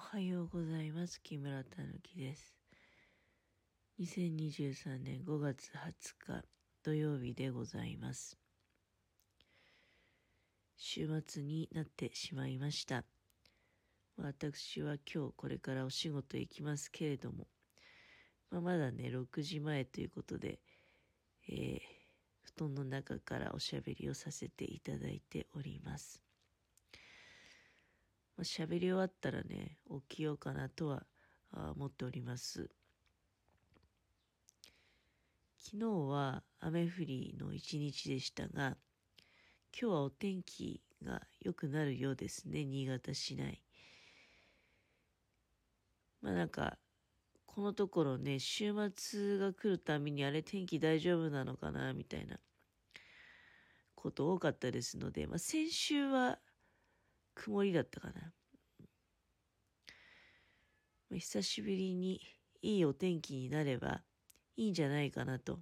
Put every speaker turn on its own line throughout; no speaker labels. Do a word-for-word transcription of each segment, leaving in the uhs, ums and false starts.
はようございます。木村たぬきです。にせんにじゅうさんねんごがつはつか土曜日でございます。週末になってしまいました。私は今日これからお仕事へ行きますけれども、まあ、まだねろくじまえということで、えー、布団の中からおしゃべりをさせていただいております。まあ、しゃべり終わったらね起きようかなとは思っております。昨日は雨降りの一日でしたが、今日はお天気が良くなるようですね、新潟市内。まあなんかこのところね、週末が来るたびにあれ天気大丈夫なのかなみたいなこと多かったですので、まあ、先週は曇りだったかな。まあ、久しぶりにいいお天気になればいいんじゃないかなと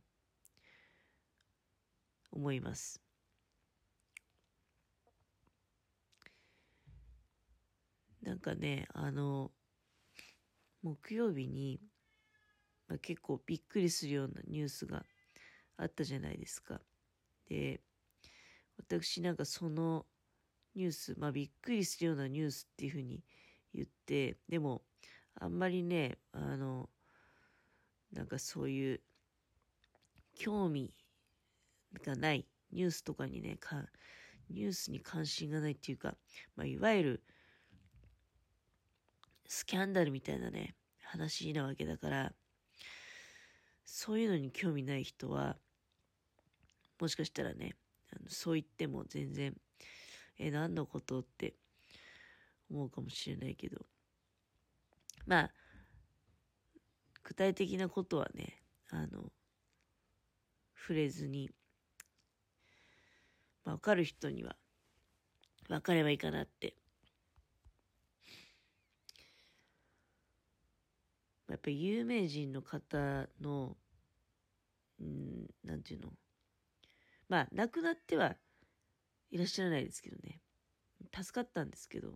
思います。なんかね、あの木曜日に、まあ、結構びっくりするようなニュースがあったじゃないですか。で、私なんかそのニュース、まあびっくりするようなニュースっていうふうに言って、でもあんまりね、あのなんかそういう興味がないニュースとかにね、かニュースに関心がないっていうか、まあ、いわゆるスキャンダルみたいなね話なわけだから、そういうのに興味ない人はもしかしたらね、あのそう言っても全然え何のことって思うかもしれないけど、まあ具体的なことはね、あの触れずに、まあ、分かる人には分かればいいかなって。やっぱり有名人の方のうんなんていうの、まあ亡くなってはいらっしゃらないですけどね、助かったんですけど、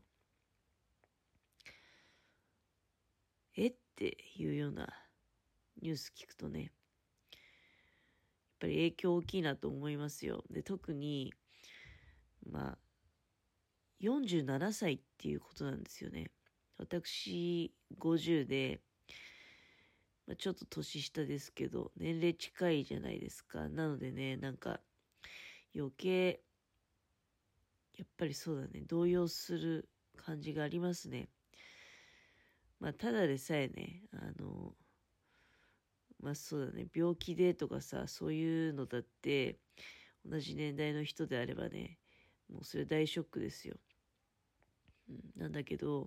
えっていうようなニュース聞くとね、やっぱり影響大きいなと思いますよ。で、特にまあよんじゅうななさいっていうことなんですよね。私ごじゅうで、まあ、ちょっと年下ですけど年齢近いじゃないですか。なのでね、なんか余計やっぱりそうだね、動揺する感じがありますね。まあただでさえね、あのまあそうだね、病気でとかさ、そういうのだって同じ年代の人であればね、もうそれ大ショックですよ。うん、なんだけど、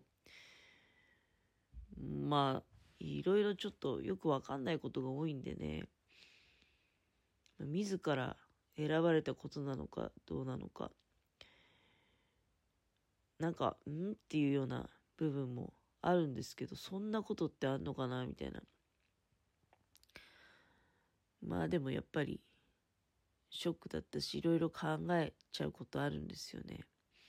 まあいろいろちょっとよくわかんないことが多いんでね、自ら選ばれたことなのかどうなのか、なんかんっていうような部分もあるんですけど、そんなことってあんのかなみたいな。まあでもやっぱりショックだったし、いろいろ考えちゃうことあるんですよね。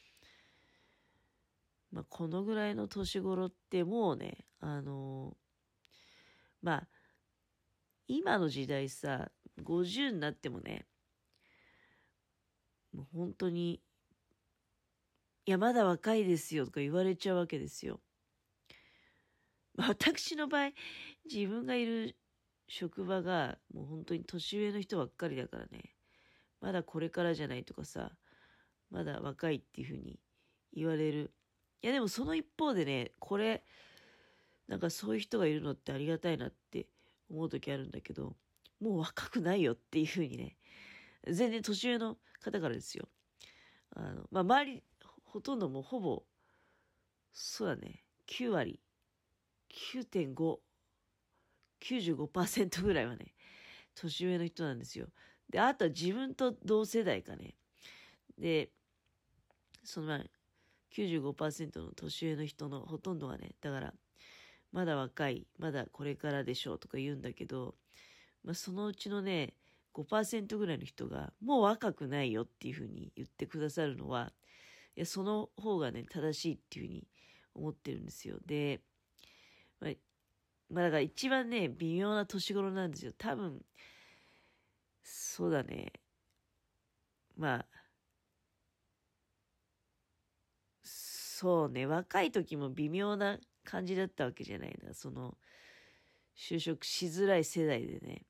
まあこのぐらいの年頃ってもうね、あのー、まあ今の時代さ、ごじゅうになってもね、もう本当に、いやまだ若いですよとか言われちゃうわけですよ。私の場合、自分がいる職場がもう本当に年上の人ばっかりだからね、まだこれからじゃないとかさ、まだ若いっていう風に言われる。いやでもその一方でね、これなんかそういう人がいるのってありがたいなって思う時あるんだけど、もう若くないよっていう風にね、全然年上の方からですよ。あのまあ周りほとんどもうほぼそうだね、きゅうわり、きゅうてんご、きゅうじゅうごパーセントぐらいはね、年上の人なんですよ。で、あとは自分と同世代かね。で、その前、きゅうじゅうごパーセントの年上の人のほとんどがね、だから、まだ若い、まだこれからでしょうとか言うんだけど、まあ、そのうちのね、ごパーセントぐらいの人が、もう若くないよっていうふうに言ってくださるのは、いや、その方がね、正しいっていうふうに思ってるんですよ。で、まあ、まあだから一番ね、微妙な年頃なんですよ。多分、そうだね。まあ、そうね、若い時も微妙な感じだったわけじゃないな。その、就職しづらい世代でね。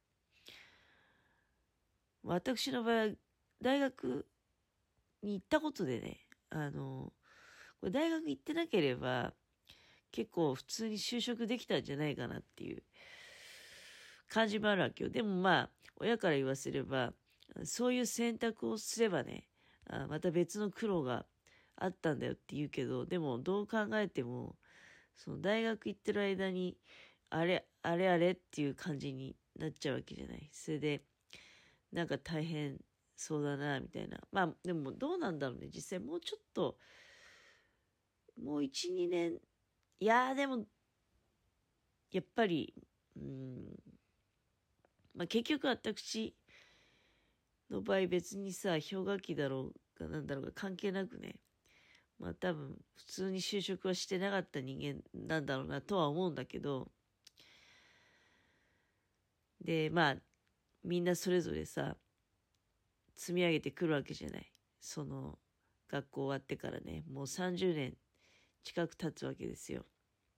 私の場合は、大学に行ったことでね、あの、これ大学行ってなければ、結構普通に就職できたんじゃないかなっていう感じもあるわけよ。でもまあ、親から言わせれば、そういう選択をすればね、あまた別の苦労があったんだよって言うけど、でもどう考えても、その大学行ってる間に、あれ、あれあれっていう感じになっちゃうわけじゃない。それで、なんか大変そうだな、みたいな。まあ、でもどうなんだろうね。実際もうちょっと、もういち、にねん、いやーでも、やっぱり、うん、まあ結局私の場合別にさ、氷河期だろうがなんだろうが関係なくね、まあ多分普通に就職はしてなかった人間なんだろうなとは思うんだけど、で、まあみんなそれぞれさ、積み上げてくるわけじゃない。その学校終わってからね、もうさんじゅうねん近く経つわけですよ。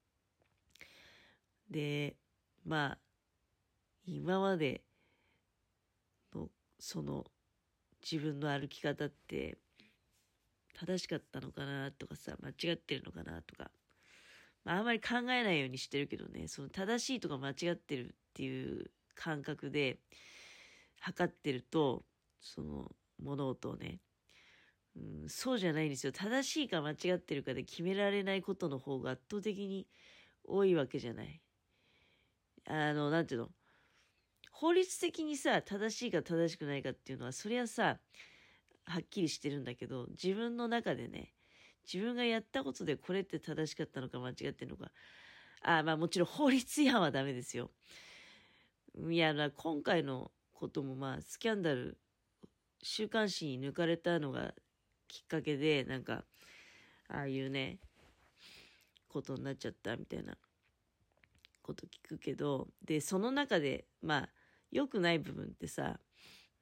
で、まあ今までのその自分の歩き方って正しかったのかなとかさ、間違ってるのかなとか、まあ、あんまり考えないようにしてるけどね、その正しいとか間違ってるっていう感覚で測ってると、その物事をね、うん、そうじゃないんですよ。正しいか間違ってるかで決められないことの方が圧倒的に多いわけじゃない。あの、なんていうの、法律的にさ、正しいか正しくないかっていうのは、そりゃさ、はっきりしてるんだけど、自分の中でね、自分がやったことでこれって正しかったのか間違ってるのか。あ、まあもちろん法律違反はダメですよ。いや、今回のこともまあスキャンダル、週刊誌に抜かれたのがきっかけで、なんか、ああいうね、ことになっちゃったみたいなこと聞くけど、で、その中で、まあ、良くない部分ってさ、うん、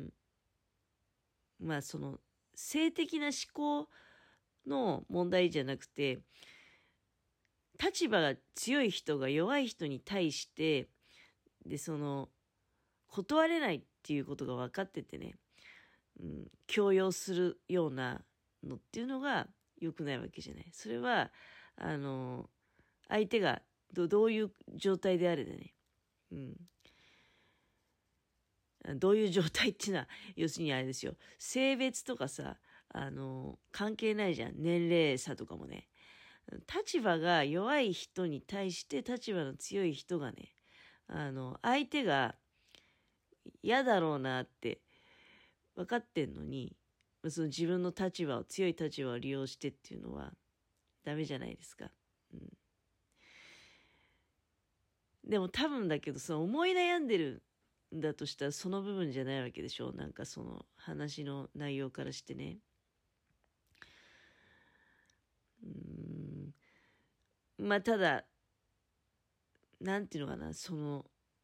まあその、性的な思考の問題じゃなくて、立場が強い人が弱い人に対して、で、その、断れないっていうことが分かっててね、うん、強要するようなのっていうのが良くないわけじゃない。それは、あの、相手がどどういう状態であれでね、うん、どういう状態っていうのは、要するにあれですよ、性別とかさ、あの、関係ないじゃん。年齢差とかもね。立場が弱い人に対して立場の強い人がね、あの、相手が嫌だろうなって分かってんのに、その自分の立場を、強い立場を利用してっていうのはダメじゃないですか。うん、でも多分だけど、その思い悩んでるんだとしたらその部分じゃないわけでしょ。なんかその話の内容からしてね。うーん。まあただ、なんていうのかな、その、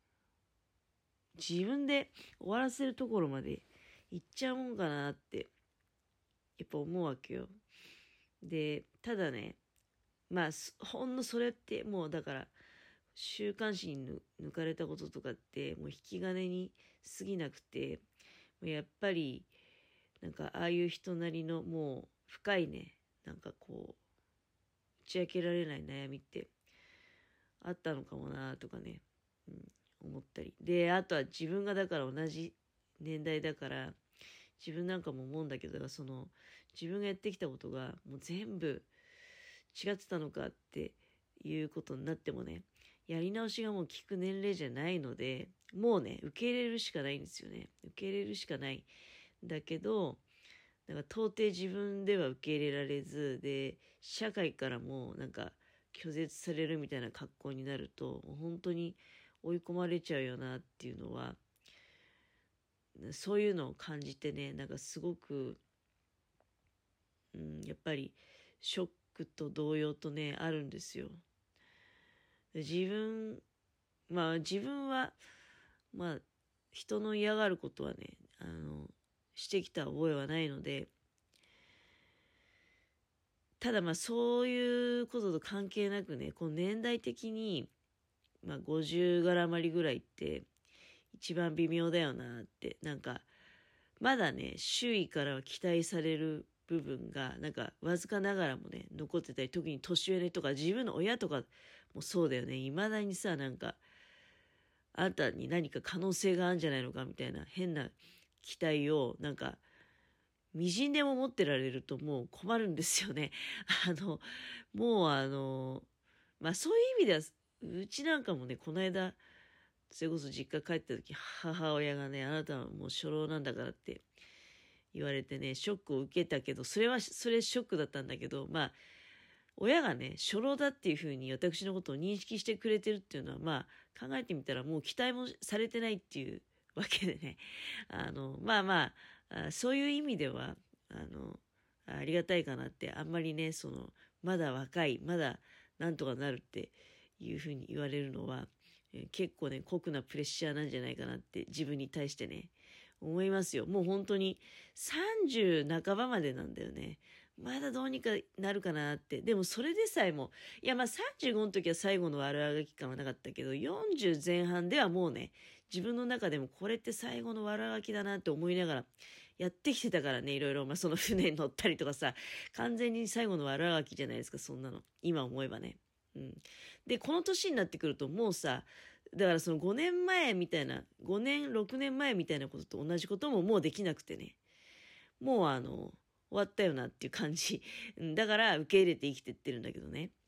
自分で終わらせるところまで行っちゃうもんかなって、やっぱ思うわけよ。で、ただね、まあ、ほんのそれってもうだから、週刊誌に抜かれたこととかってもう引き金に過ぎなくて、やっぱりなんかああいう人なりのもう深いね、なんかこう、打ち明けられない悩みってあったのかもなとかね、うん、思ったり。で、あとは自分がだから同じ年代だから、自分なんかも思うんだけど、その、自分がやってきたことがもう全部違ってたのかっていうことになってもね、やり直しがもう効く年齢じゃないので、もうね、受け入れるしかないんですよね。受け入れるしかない。だけど、なんか到底自分では受け入れられず、で、社会からもなんか拒絶されるみたいな格好になると、もう本当に追い込まれちゃうよなっていうのは、そういうのを感じてね、なんかすごく、うん、やっぱりショックと同様とね、あるんですよ。で自分、まあ自分は、まあ人の嫌がることはね、あの、してきた覚えはないので、ただまあそういうことと関係なくね、この年代的に、まあごじゅう柄まりぐらいって一番微妙だよなって、なんかまだね、周囲からは期待される部分が、なんかわずかながらもね、残ってたり、特に年上の人とか自分の親とかもそうだよね。未だにさ、なんか、あんたに何か可能性があるんじゃないのかみたいな変な期待を、なんか、みじんでも持ってられるともう困るんですよね。あの、もうあの、まあそういう意味では、うちなんかもね、この間、それこそ実家帰った時、母親がね、あなたはもう初老なんだからって言われてね、ショックを受けたけど、それは、それショックだったんだけど、まあ、親がね、初老だっていうふうに私のことを認識してくれてるっていうのは、まあ、考えてみたらもう期待もされてないっていうわけでね、あの、まあまあ、あそういう意味では、あの、ありがたいかなって、あんまりね、その、まだ若い、まだなんとかなるっていうふうに言われるのは、えー結構ね、酷なプレッシャーなんじゃないかなって自分に対してね、思いますよ。もう本当にさんじゅう半ばまでなんだよね。まだどうにかなるかなって。でもそれでさえも、いやまあさんじゅうごの時は最後の悪あがき感はなかったけど、よんじゅう前半ではもうね、自分の中でもこれって最後の悪あがきだなって思いながらやってきてたからね、いろいろ、まあその船に乗ったりとかさ、完全に最後の悪あがきじゃないですか、そんなの。今思えばね。うん。で、この年になってくるともうさ、だからそのごねんまえみたいな、ごねん、ろくねんまえみたいなことと同じことももうできなくてね。もうあの、終わったよなっていう感じ。だから受け入れて生きてってるんだけどね。